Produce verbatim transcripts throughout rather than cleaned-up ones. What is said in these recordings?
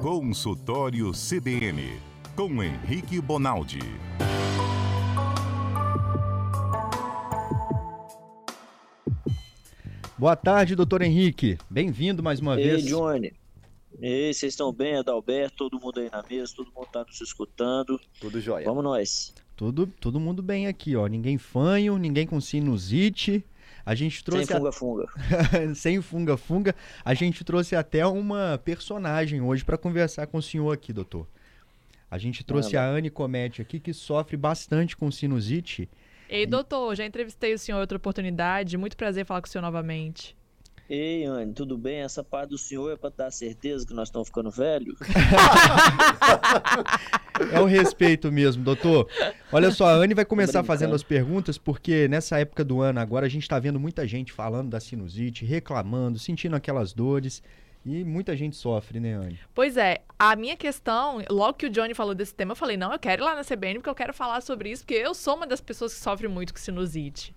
Consultório C B N, com Henrique Bonaldi. Boa tarde, doutor Henrique. Bem-vindo mais uma Ei, vez. Ei, Johnny. Ei, vocês estão bem, Adalberto? Todo mundo aí na mesa, todo mundo tá nos escutando. Tudo jóia. Vamos nós. Tudo, todo mundo bem aqui, ó. Ninguém fanho, ninguém com sinusite. A gente trouxe Sem funga-funga. A... Sem funga-funga. A gente trouxe até uma personagem hoje para conversar com o senhor aqui, doutor. A gente trouxe ah, a Anne Comete aqui, que sofre bastante com sinusite. Ei, doutor, já entrevistei o senhor em outra oportunidade. Muito prazer falar com o senhor novamente. Ei, Anne, tudo bem? Essa parte do senhor é para dar certeza que nós estamos ficando velhos? É o respeito mesmo, doutor. Olha só, a Anne vai começar fazendo as perguntas, porque nessa época do ano agora a gente está vendo muita gente falando da sinusite, reclamando, sentindo aquelas dores. E muita gente sofre, né, Anne? Pois é, a minha questão, logo que o Johnny falou desse tema, eu falei, não, eu quero ir lá na C B N porque eu quero falar sobre isso, porque eu sou uma das pessoas que sofre muito com sinusite.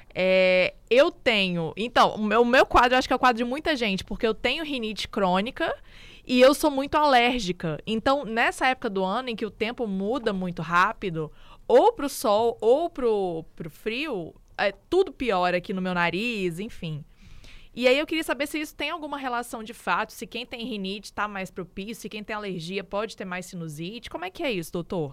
É, eu tenho, então, o meu, o meu quadro, eu acho que é o quadro de muita gente, porque eu tenho rinite crônica e eu sou muito alérgica. Então, nessa época do ano em que o tempo muda muito rápido, ou pro sol ou pro, pro frio, é, tudo piora aqui no meu nariz, enfim. E aí eu queria saber se isso tem alguma relação de fato, se quem tem rinite está mais propício, se quem tem alergia pode ter mais sinusite. Como é que é isso, doutor?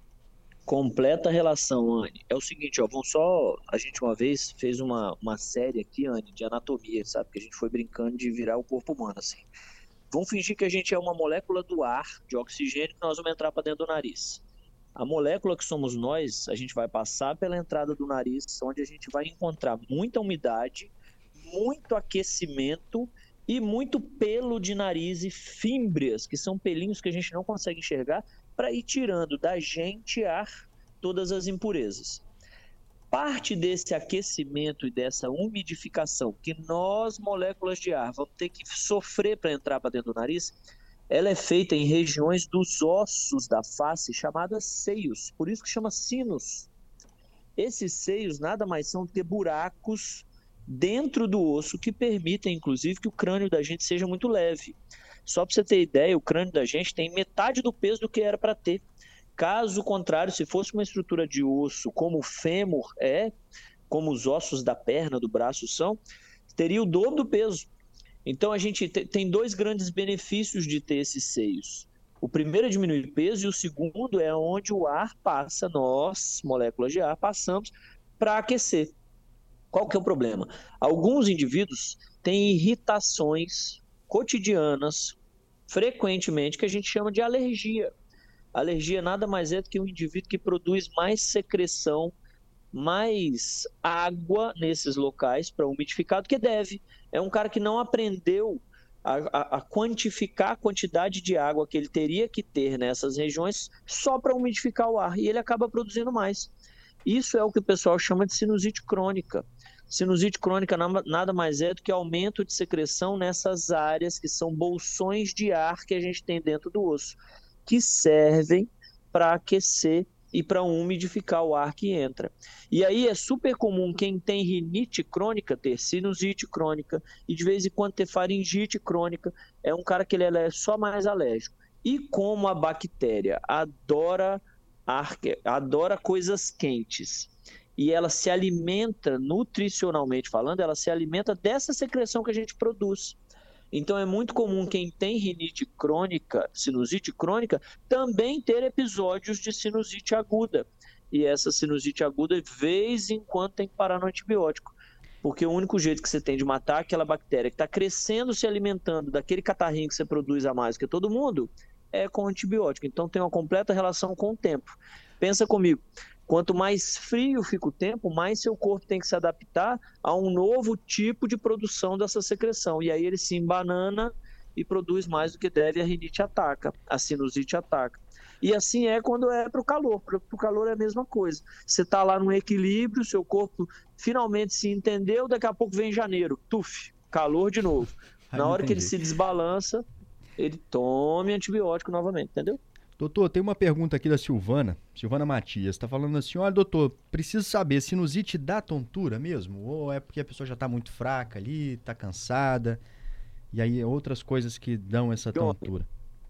Completa relação, Anne. É o seguinte, ó, vamos só... A gente uma vez fez uma, uma série aqui, Anne, de anatomia, sabe? Que a gente foi brincando de virar o corpo humano, assim. Vamos fingir que a gente é uma molécula do ar, de oxigênio, que nós vamos entrar para dentro do nariz. A molécula que somos nós, a gente vai passar pela entrada do nariz, onde a gente vai encontrar muita umidade, muito aquecimento e muito pelo de nariz e fímbrias, que são pelinhos que a gente não consegue enxergar, para ir tirando da gente ar todas as impurezas. Parte desse aquecimento e dessa umidificação que nós, moléculas de ar, vamos ter que sofrer para entrar para dentro do nariz, ela é feita em regiões dos ossos da face chamadas seios, por isso que chama sinos. Esses seios nada mais são do que buracos dentro do osso que permitem, inclusive, que o crânio da gente seja muito leve. Só para você ter ideia, o crânio da gente tem metade do peso do que era para ter. Caso contrário, se fosse uma estrutura de osso como o fêmur é, como os ossos da perna, do braço são, teria o dobro do peso. Então a gente tem dois grandes benefícios de ter esses seios. O primeiro é diminuir o peso e o segundo é onde o ar passa, nós, moléculas de ar, passamos para aquecer. Qual que é o problema? Alguns indivíduos têm irritações cotidianas, frequentemente, que a gente chama de alergia. Alergia nada mais é do que um indivíduo que produz mais secreção, mais água nesses locais para umidificar do que deve. É um cara que não aprendeu a, a, a quantificar a quantidade de água que ele teria que ter nessas regiões só para umidificar o ar, e ele acaba produzindo mais. Isso é o que o pessoal chama de sinusite crônica. Sinusite crônica nada mais é do que aumento de secreção nessas áreas que são bolsões de ar que a gente tem dentro do osso, que servem para aquecer e para umidificar o ar que entra. E aí é super comum quem tem rinite crônica ter sinusite crônica e de vez em quando ter faringite crônica. É um cara que ele é só mais alérgico. E como a bactéria adora, ar, adora coisas quentes, e ela se alimenta, nutricionalmente falando, ela se alimenta dessa secreção que a gente produz. Então é muito comum quem tem rinite crônica, sinusite crônica, também ter episódios de sinusite aguda. E essa sinusite aguda, de vez em quando, tem que parar no antibiótico. Porque o único jeito que você tem de matar aquela bactéria que está crescendo, se alimentando daquele catarrinho que você produz a mais que todo mundo, é com antibiótico. Então tem uma completa relação com o tempo. Pensa comigo. Quanto mais frio fica o tempo, mais seu corpo tem que se adaptar a um novo tipo de produção dessa secreção. E aí ele se embanana e produz mais do que deve, a rinite ataca, a sinusite ataca. E assim é quando é para o calor. Para o calor é a mesma coisa. Você está lá num equilíbrio, seu corpo finalmente se entendeu, daqui a pouco vem janeiro, tuf, calor de novo. Na hora que ele se desbalança, ele tome antibiótico novamente, entendeu? Doutor, tem uma pergunta aqui da Silvana, Silvana Matias, está falando assim, olha doutor, preciso saber, sinusite dá tontura mesmo? Ou é porque a pessoa já está muito fraca ali, está cansada, e aí outras coisas que dão essa tontura?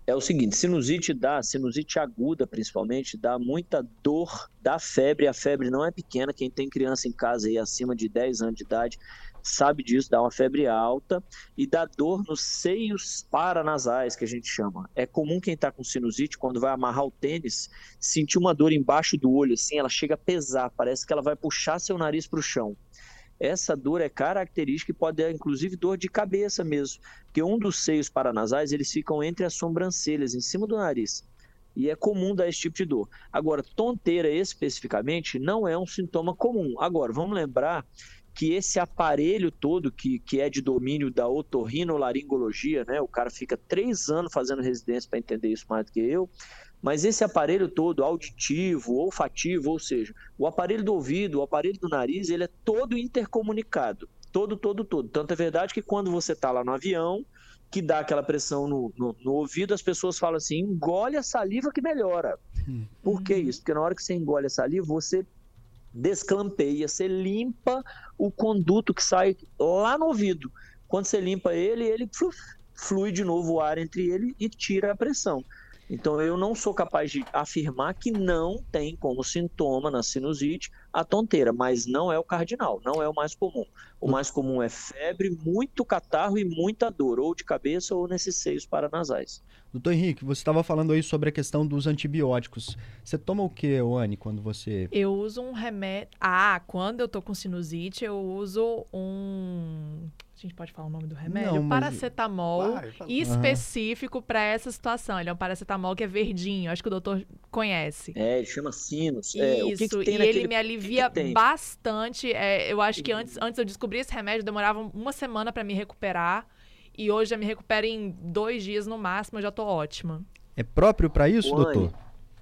É o seguinte, sinusite dá, sinusite aguda principalmente, dá muita dor, dá febre, a febre não é pequena, quem tem criança em casa aí acima de dez anos de idade sabe disso, dá uma febre alta e dá dor nos seios paranasais, que a gente chama. É comum quem está com sinusite, quando vai amarrar o tênis, sentir uma dor embaixo do olho, assim, ela chega a pesar, parece que ela vai puxar seu nariz para o chão. Essa dor é característica e pode dar, inclusive, dor de cabeça mesmo, porque um dos seios paranasais, eles ficam entre as sobrancelhas, em cima do nariz, e é comum dar esse tipo de dor. Agora, tonteira especificamente não é um sintoma comum. Agora, vamos lembrar que esse aparelho todo, que, que é de domínio da otorrinolaringologia, né? O cara fica três anos fazendo residência para entender isso mais do que eu, mas esse aparelho todo, auditivo, olfativo, ou seja, o aparelho do ouvido, o aparelho do nariz, ele é todo intercomunicado, todo, todo, todo. Tanto é verdade que quando você está lá no avião, que dá aquela pressão no, no, no ouvido, as pessoas falam assim, engole a saliva que melhora. Por que isso? Porque na hora que você engole a saliva, você desclampeia, você limpa o conduto que sai lá no ouvido. Quando você limpa ele, ele flui, flui de novo o ar entre ele e tira a pressão. Então eu não sou capaz de afirmar que não tem como sintoma na sinusite a tonteira, mas não é o cardinal, não é o mais comum. O mais comum é febre, muito catarro e muita dor, ou de cabeça ou nesses seios paranasais. Doutor Henrique, você estava falando aí sobre a questão dos antibióticos. Você toma o que, Anne, quando você... Eu uso um remédio... Ah, quando eu tô com sinusite, eu uso um... A gente pode falar o nome do remédio? Não, mas... Paracetamol Vai, específico uhum. para essa situação. Ele é um paracetamol que é verdinho, acho que o doutor conhece. É, ele chama Sinus. Isso, é, o que que tem e naquele... ele me alivia que que bastante. É, eu acho que antes, antes eu descobri esse remédio, demorava uma semana para me recuperar. E hoje eu me recupero em dois dias no máximo, eu já tô ótima. É próprio para isso, Ô, doutor? Anne,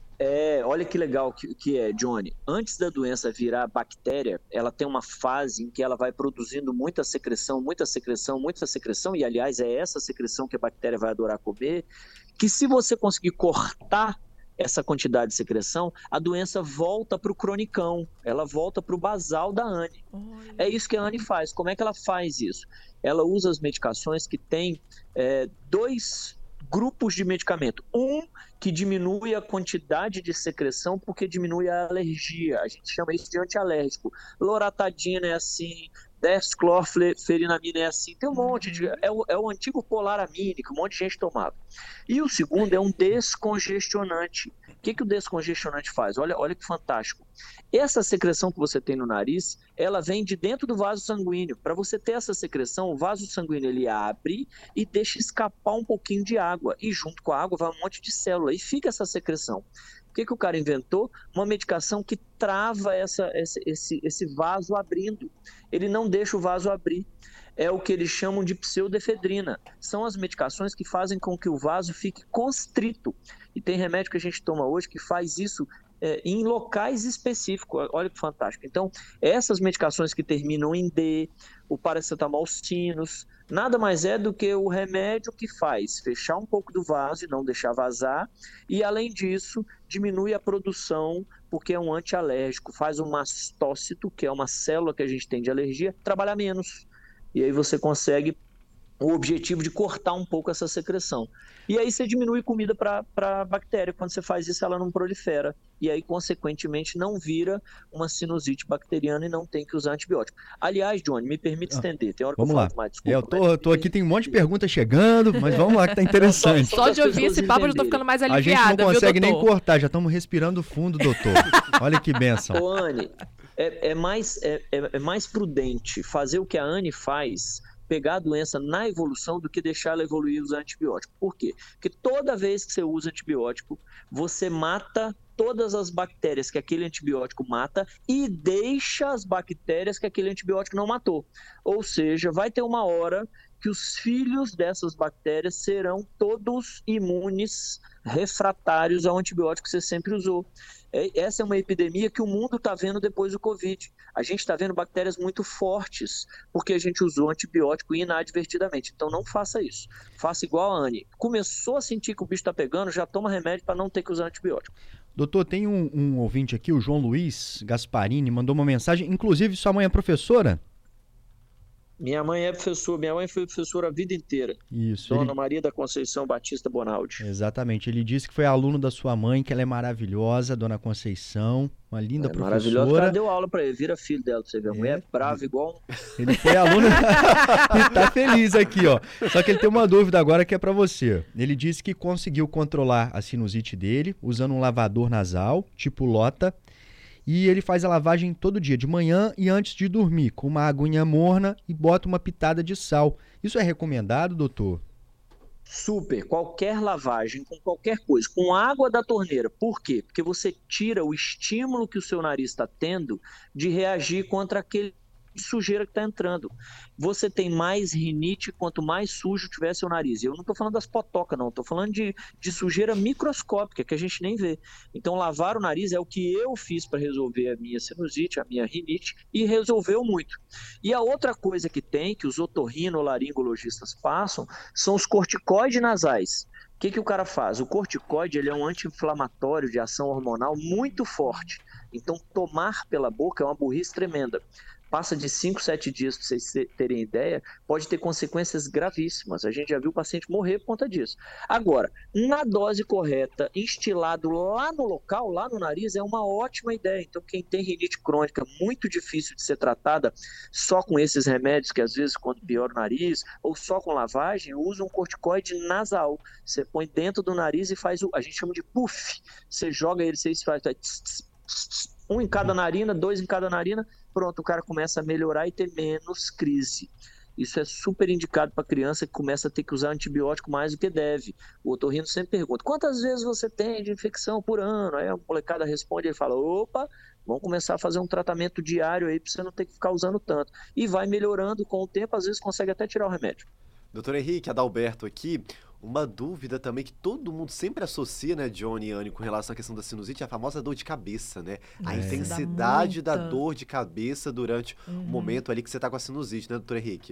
É, olha que legal que, que é, Johnny. Antes da doença virar bactéria, ela tem uma fase em que ela vai produzindo muita secreção, muita secreção, muita secreção, e aliás é essa secreção que a bactéria vai adorar comer, que se você conseguir cortar essa quantidade de secreção, a doença volta para o cronicão, ela volta para o basal da Anne. Olha. É isso que a Anne faz. Como é que ela faz isso? Ela usa as medicações que têm é, dois grupos de medicamento. Um que diminui a quantidade de secreção porque diminui a alergia. A gente chama isso de antialérgico. Loratadina é assim, desclorferinamina é assim. Tem um monte de... É o, é o antigo polaramine, que um monte de gente tomava. E o segundo é um descongestionante. O que, que o descongestionante faz? Olha, olha que fantástico. Essa secreção que você tem no nariz, ela vem de dentro do vaso sanguíneo. Para você ter essa secreção, o vaso sanguíneo ele abre e deixa escapar um pouquinho de água. E junto com a água vai um monte de célula e fica essa secreção. O que, que o cara inventou? Uma medicação que trava essa, esse, esse, esse vaso abrindo. Ele não deixa o vaso abrir. É o que eles chamam de pseudoefedrina. São as medicações que fazem com que o vaso fique constrito. E tem remédio que a gente toma hoje que faz isso é, em locais específicos. Olha que fantástico. Então, essas medicações que terminam em D, o paracetamol Sinus, nada mais é do que o remédio que faz fechar um pouco do vaso e não deixar vazar. E, além disso, diminui a produção, porque é um antialérgico. Faz um mastócito, que é uma célula que a gente tem de alergia, trabalhar menos. E aí você consegue o objetivo de cortar um pouco essa secreção. E aí você diminui comida para a bactéria. Quando você faz isso, ela não prolifera. E aí, consequentemente, não vira uma sinusite bacteriana e não tem que usar antibiótico. Aliás, Johnny, me permite estender. Tem hora que vamos eu lá. falo mais, desculpa. Eu tô, eu tô aqui, tem um monte de perguntas chegando, mas vamos lá que tá interessante. Só de ouvir esse papo eu já tô ficando mais aliviada, a gente não consegue viu, nem cortar, já estamos respirando fundo, doutor. Olha que bênção. Ô, Anne, é, é, mais, é, é mais prudente fazer o que a Anne faz, pegar a doença na evolução, do que deixar ela evoluir usando antibiótico. Por quê? Porque toda vez que você usa antibiótico, você mata todas as bactérias que aquele antibiótico mata e deixa as bactérias que aquele antibiótico não matou. Ou seja, vai ter uma hora que os filhos dessas bactérias serão todos imunes, refratários ao antibiótico que você sempre usou. Essa é uma epidemia que o mundo está vendo depois do Covid. A gente está vendo bactérias muito fortes porque a gente usou antibiótico inadvertidamente. Então não faça isso. Faça igual a Anne. Começou a sentir que o bicho está pegando, já toma remédio para não ter que usar antibiótico. Doutor, tem um, um ouvinte aqui, o João Luiz Gasparini, mandou uma mensagem. Inclusive, sua mãe é professora? Minha mãe é professora, minha mãe foi professora a vida inteira. Isso. Dona Ele... Maria da Conceição Batista Bonaldi. Exatamente. Ele disse que foi aluno da sua mãe, que ela é maravilhosa, Dona Conceição, uma linda É professora. maravilhosa, ela deu aula pra ele, vira filho dela, pra você ver. A mulher é brava igual... Ele foi aluno e tá feliz aqui, ó. Só que ele tem uma dúvida agora que é pra você. Ele disse que conseguiu controlar a sinusite dele usando um lavador nasal, tipo Lota, e ele faz a lavagem todo dia, de manhã e antes de dormir, com uma aguinha morna e bota uma pitada de sal. Isso é recomendado, doutor? Super. Qualquer lavagem, com qualquer coisa, com água da torneira. Por quê? Porque você tira o estímulo que o seu nariz está tendo de reagir contra aquele sujeira que está entrando. Você tem mais rinite quanto mais sujo tiver seu nariz. Eu não estou falando das potocas, não. Estou falando de, de sujeira microscópica, que a gente nem vê. Então, lavar o nariz é o que eu fiz para resolver a minha sinusite, a minha rinite, e resolveu muito. E a outra coisa que tem, que os otorrinolaringologistas passam, são os corticoides nasais. O que, que o cara faz? O corticoide ele é um anti-inflamatório de ação hormonal muito forte. Então, tomar pela boca é uma burrice tremenda. Passa de cinco, sete dias, para vocês terem ideia, pode ter consequências gravíssimas. A gente já viu o paciente morrer por conta disso. Agora, na dose correta, instilado lá no local, lá no nariz, é uma ótima ideia. Então, quem tem rinite crônica, muito difícil de ser tratada só com esses remédios, que às vezes, quando piora o nariz, ou só com lavagem, usa um corticoide nasal. Você põe dentro do nariz e faz o... A gente chama de puff. Você joga ele, você faz... Um em cada narina, dois em cada narina, pronto, o cara começa a melhorar e ter menos crise. Isso é super indicado para criança que começa a ter que usar antibiótico mais do que deve. O otorrino sempre pergunta, quantas vezes você tem de infecção por ano? Aí a molecada responde, ele fala, opa, vamos começar a fazer um tratamento diário aí para você não ter que ficar usando tanto. E vai melhorando com o tempo, às vezes consegue até tirar o remédio. Doutor Henrique, Adalberto aqui, uma dúvida também que todo mundo sempre associa, né, Johnny e Anne, com relação à questão da sinusite, é a famosa dor de cabeça, né? A É. intensidade Dá da muita. dor de cabeça durante Uhum. o momento ali que você tá com a sinusite, né, doutor Henrique?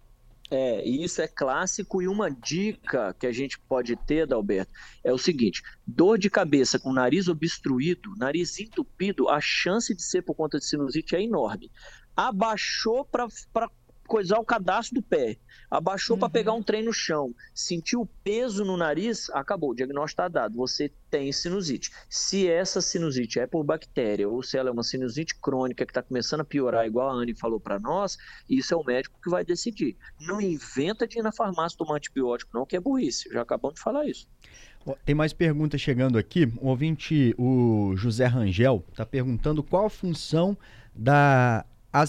É, e isso é clássico, e uma dica que a gente pode ter, Adalberto, é o seguinte, dor de cabeça com nariz obstruído, nariz entupido, a chance de ser por conta de sinusite é enorme. Abaixou para coisar o cadastro do pé, abaixou Uhum. para pegar um trem no chão, sentiu peso no nariz, acabou, o diagnóstico está dado, você tem sinusite. Se essa sinusite é por bactéria ou se ela é uma sinusite crônica que está começando a piorar, igual a Anne falou para nós, isso é o médico que vai decidir. Não inventa de ir na farmácia tomar antibiótico não, que é burrice, já acabamos de falar isso. Ó, tem mais perguntas chegando aqui. O ouvinte, o José Rangel, está perguntando qual a função da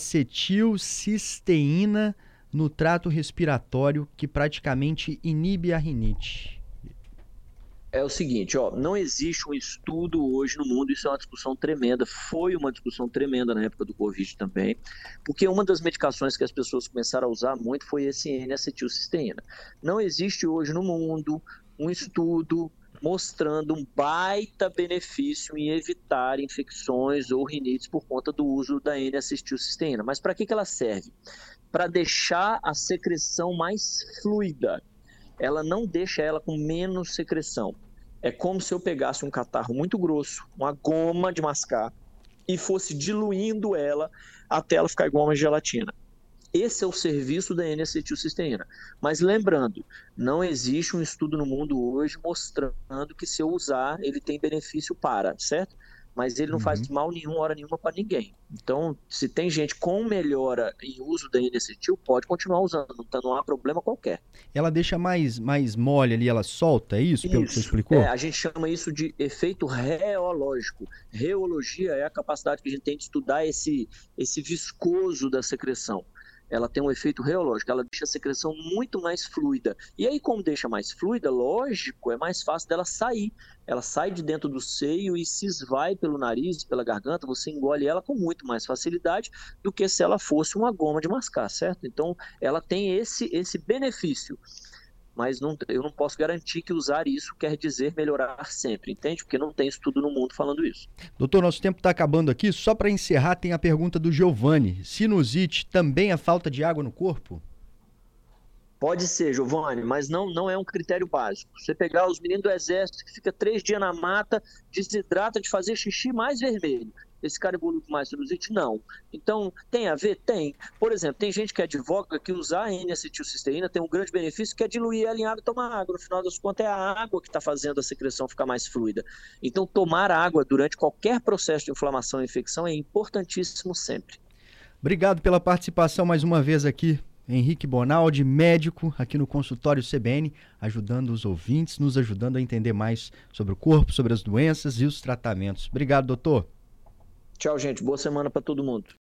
acetilcisteína no trato respiratório que praticamente inibe a rinite. É o seguinte, ó, não existe um estudo hoje no mundo, isso é uma discussão tremenda, foi uma discussão tremenda na época do Covid também, porque uma das medicações que as pessoas começaram a usar muito foi esse N-acetilcisteína. Não existe hoje no mundo um estudo mostrando um baita benefício em evitar infecções ou rinites por conta do uso da N-acetilcisteína. Mas para que que ela serve? Para deixar a secreção mais fluida. Ela não deixa ela com menos secreção. É como se eu pegasse um catarro muito grosso, uma goma de mascar, e fosse diluindo ela até ela ficar igual uma gelatina. Esse é o serviço da N-acetilcisteína. Mas lembrando, não existe um estudo no mundo hoje mostrando que se eu usar, ele tem benefício para, certo? Mas ele não Uhum. faz mal nenhum, hora nenhuma para ninguém. Então, se tem gente com melhora em uso da N-acetil, pode continuar usando, então não há problema qualquer. Ela deixa mais, mais mole ali, ela solta, é isso, pelo que você explicou? É, a gente chama isso de efeito reológico. Reologia é a capacidade que a gente tem de estudar esse, esse viscoso da secreção. Ela tem um efeito reológico, ela deixa a secreção muito mais fluida. E aí, como deixa mais fluida, lógico, é mais fácil dela sair. Ela sai de dentro do seio e se esvai pelo nariz, pela garganta, você engole ela com muito mais facilidade do que se ela fosse uma goma de mascar, certo? Então, ela tem esse, esse benefício. Mas não, eu não posso garantir que usar isso quer dizer melhorar sempre, entende? Porque não tem estudo no mundo falando isso. Doutor, nosso tempo está acabando aqui. Só para encerrar, tem a pergunta do Giovanni. Sinusite também é falta de água no corpo? Pode ser, Giovanni, mas não, não é um critério básico. Você pegar os meninos do exército que fica três dias na mata, desidrata de fazer xixi mais vermelho. esse cara evolui com mais sinusite? Não. Então, tem a ver? Tem. Por exemplo, tem gente que advoga que usar a N-acetilcisteína tem um grande benefício, que é diluir ela em água e tomar água. No final das contas, é a água que está fazendo a secreção ficar mais fluida. Então, tomar água durante qualquer processo de inflamação e infecção é importantíssimo sempre. Obrigado pela participação mais uma vez aqui, Henrique Bonaldi, médico aqui no consultório C B N, ajudando os ouvintes, nos ajudando a entender mais sobre o corpo, sobre as doenças e os tratamentos. Obrigado, doutor. Tchau, gente. Boa semana para todo mundo.